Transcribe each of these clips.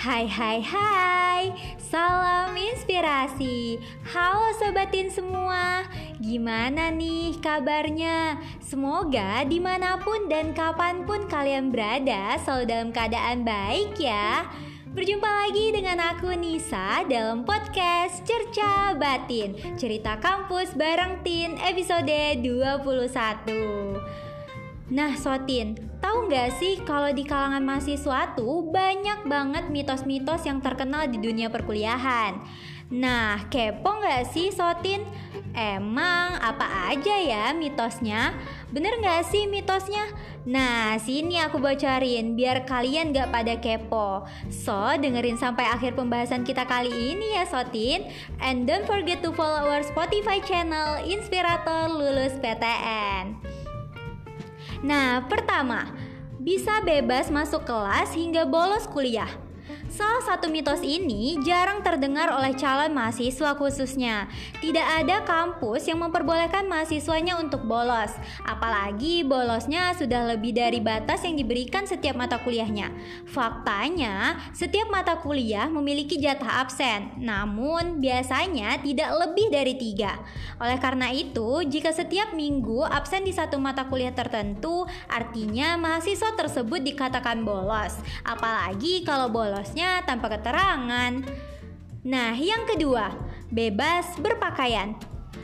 Hai hai hai, salam inspirasi. Halo sobatin semua, gimana nih kabarnya? Semoga dimanapun dan kapanpun kalian berada selalu dalam keadaan baik ya. Berjumpa lagi dengan aku Nisa dalam podcast Cerca Batin, cerita kampus bareng Tin episode 21. Nah Sotin, tahu nggak sih kalau di kalangan mahasiswa tuh banyak banget mitos-mitos yang terkenal di dunia perkuliahan. Nah, kepo nggak sih Sotin? Emang apa aja ya mitosnya? Bener nggak sih mitosnya? Nah, sini aku bocorin biar kalian nggak pada kepo. So, dengerin sampai akhir pembahasan kita kali ini ya Sotin. And don't forget to follow our Spotify channel Inspirator Lulus PTN. Nah, pertama, bisa bebas masuk kelas hingga bolos kuliah. Salah satu mitos ini jarang terdengar oleh calon mahasiswa khususnya. Tidak ada kampus yang memperbolehkan mahasiswanya untuk bolos. Apalagi bolosnya sudah lebih dari batas yang diberikan setiap mata kuliahnya. Faktanya, setiap mata kuliah memiliki jatah absen, namun biasanya tidak lebih dari 3. Oleh karena itu, jika setiap minggu absen di satu mata kuliah tertentu, artinya mahasiswa tersebut dikatakan bolos. Apalagi kalau bolosnya tanpa keterangan. Nah, yang kedua, bebas berpakaian.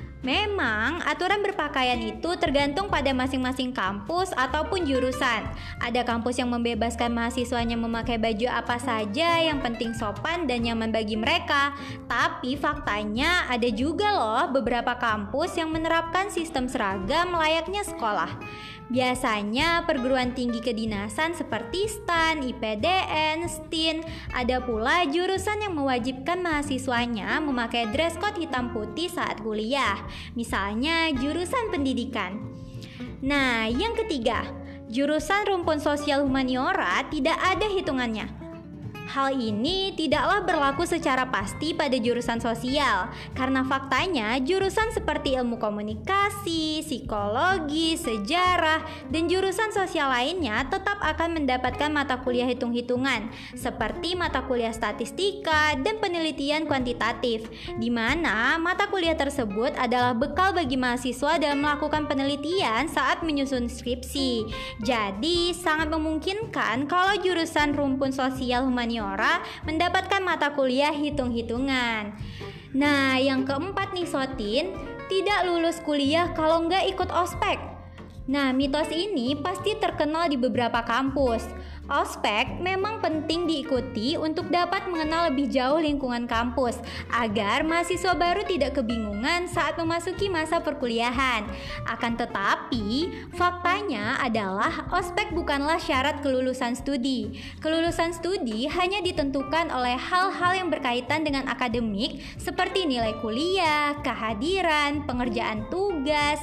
Memang aturan berpakaian itu tergantung pada masing-masing kampus ataupun jurusan. Ada kampus yang membebaskan mahasiswanya memakai baju apa saja yang penting sopan dan nyaman bagi mereka. Tapi faktanya ada juga loh beberapa kampus yang menerapkan sistem seragam layaknya sekolah. Biasanya perguruan tinggi kedinasan seperti STAN, IPDN, STIN. Ada pula jurusan yang mewajibkan mahasiswanya memakai dress code hitam putih saat kuliah. Misalnya jurusan pendidikan. Nah, yang ketiga, jurusan rumpun sosial humaniora tidak ada hitungannya. Hal ini tidaklah berlaku secara pasti pada jurusan sosial, karena faktanya jurusan seperti ilmu komunikasi, psikologi, sejarah, dan jurusan sosial lainnya tetap akan mendapatkan mata kuliah hitung-hitungan, seperti mata kuliah statistika dan penelitian kuantitatif, di mana mata kuliah tersebut adalah bekal bagi mahasiswa dalam melakukan penelitian saat menyusun skripsi. Jadi, sangat memungkinkan kalau jurusan rumpun sosial humaniora mendapatkan mata kuliah hitung-hitungan. Nah, yang keempat nih Sotin, tidak lulus kuliah kalau nggak ikut ospek. Nah, mitos ini pasti terkenal di beberapa kampus. Ospek memang penting diikuti untuk dapat mengenal lebih jauh lingkungan kampus agar mahasiswa baru tidak kebingungan saat memasuki masa perkuliahan. Akan tetapi, faktanya adalah ospek bukanlah syarat kelulusan studi. Kelulusan studi hanya ditentukan oleh hal-hal yang berkaitan dengan akademik seperti nilai kuliah, kehadiran, pengerjaan tugas,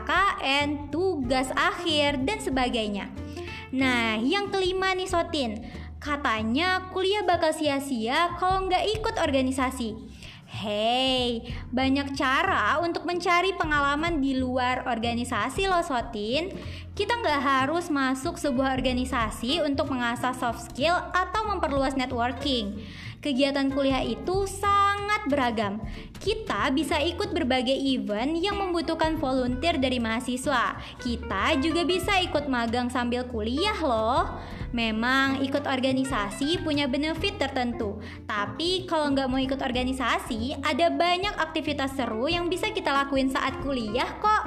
KKN, tugas akhir, dan sebagainya. Nah, yang kelima nih Sotin, katanya kuliah bakal sia-sia kalau nggak ikut organisasi. Hey, banyak cara untuk mencari pengalaman di luar organisasi loh Sotin. Kita nggak harus masuk sebuah organisasi untuk mengasah soft skill atau memperluas networking. Kegiatan kuliah itu sangat beragam. Kita bisa ikut berbagai event yang membutuhkan volunteer dari mahasiswa. Kita juga bisa ikut magang sambil kuliah loh. Memang ikut organisasi punya benefit tertentu. Tapi kalau nggak mau ikut organisasi, ada banyak aktivitas seru yang bisa kita lakuin saat kuliah kok.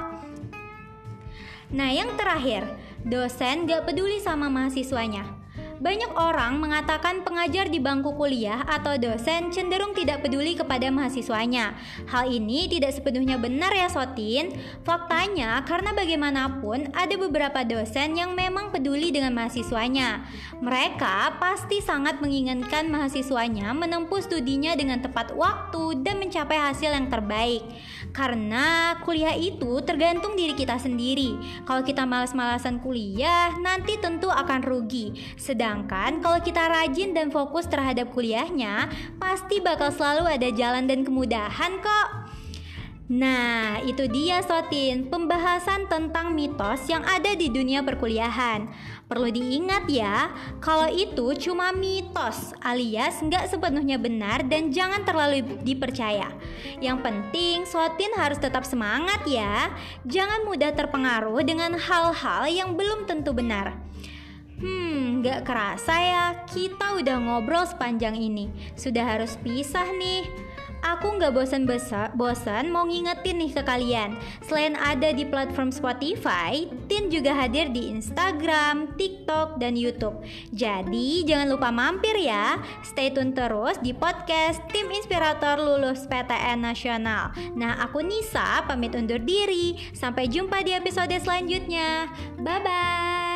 Nah, yang terakhir, dosen nggak peduli sama mahasiswanya. Banyak orang mengatakan pengajar di bangku kuliah atau dosen cenderung tidak peduli kepada mahasiswanya. Hal ini tidak sepenuhnya benar ya Sotin. Faktanya karena bagaimanapun ada beberapa dosen yang memang peduli dengan mahasiswanya. Mereka pasti sangat menginginkan mahasiswanya menempuh studinya dengan tepat waktu dan mencapai hasil yang terbaik. Karena kuliah itu tergantung diri kita sendiri. Kalau kita malas-malasan kuliah, nanti tentu akan rugi. Sedangkan kalau kita rajin dan fokus terhadap kuliahnya, pasti bakal selalu ada jalan dan kemudahan kok. Nah, itu dia Sotin, pembahasan tentang mitos yang ada di dunia perkuliahan. Perlu diingat ya, kalau itu cuma mitos alias nggak sepenuhnya benar dan jangan terlalu dipercaya. Yang penting Sotin harus tetap semangat ya. Jangan mudah terpengaruh dengan hal-hal yang belum tentu benar. Gak kerasa ya, kita udah ngobrol sepanjang ini. Sudah harus pisah nih. Aku gak bosan mau ngingetin nih ke kalian. Selain ada di platform Spotify, Tin juga hadir di Instagram, TikTok, dan YouTube. Jadi jangan lupa mampir ya. Stay tune terus di podcast Tim Inspirator Lulus PTN Nasional. Nah, aku Nisa pamit undur diri. Sampai jumpa di episode selanjutnya. Bye-bye.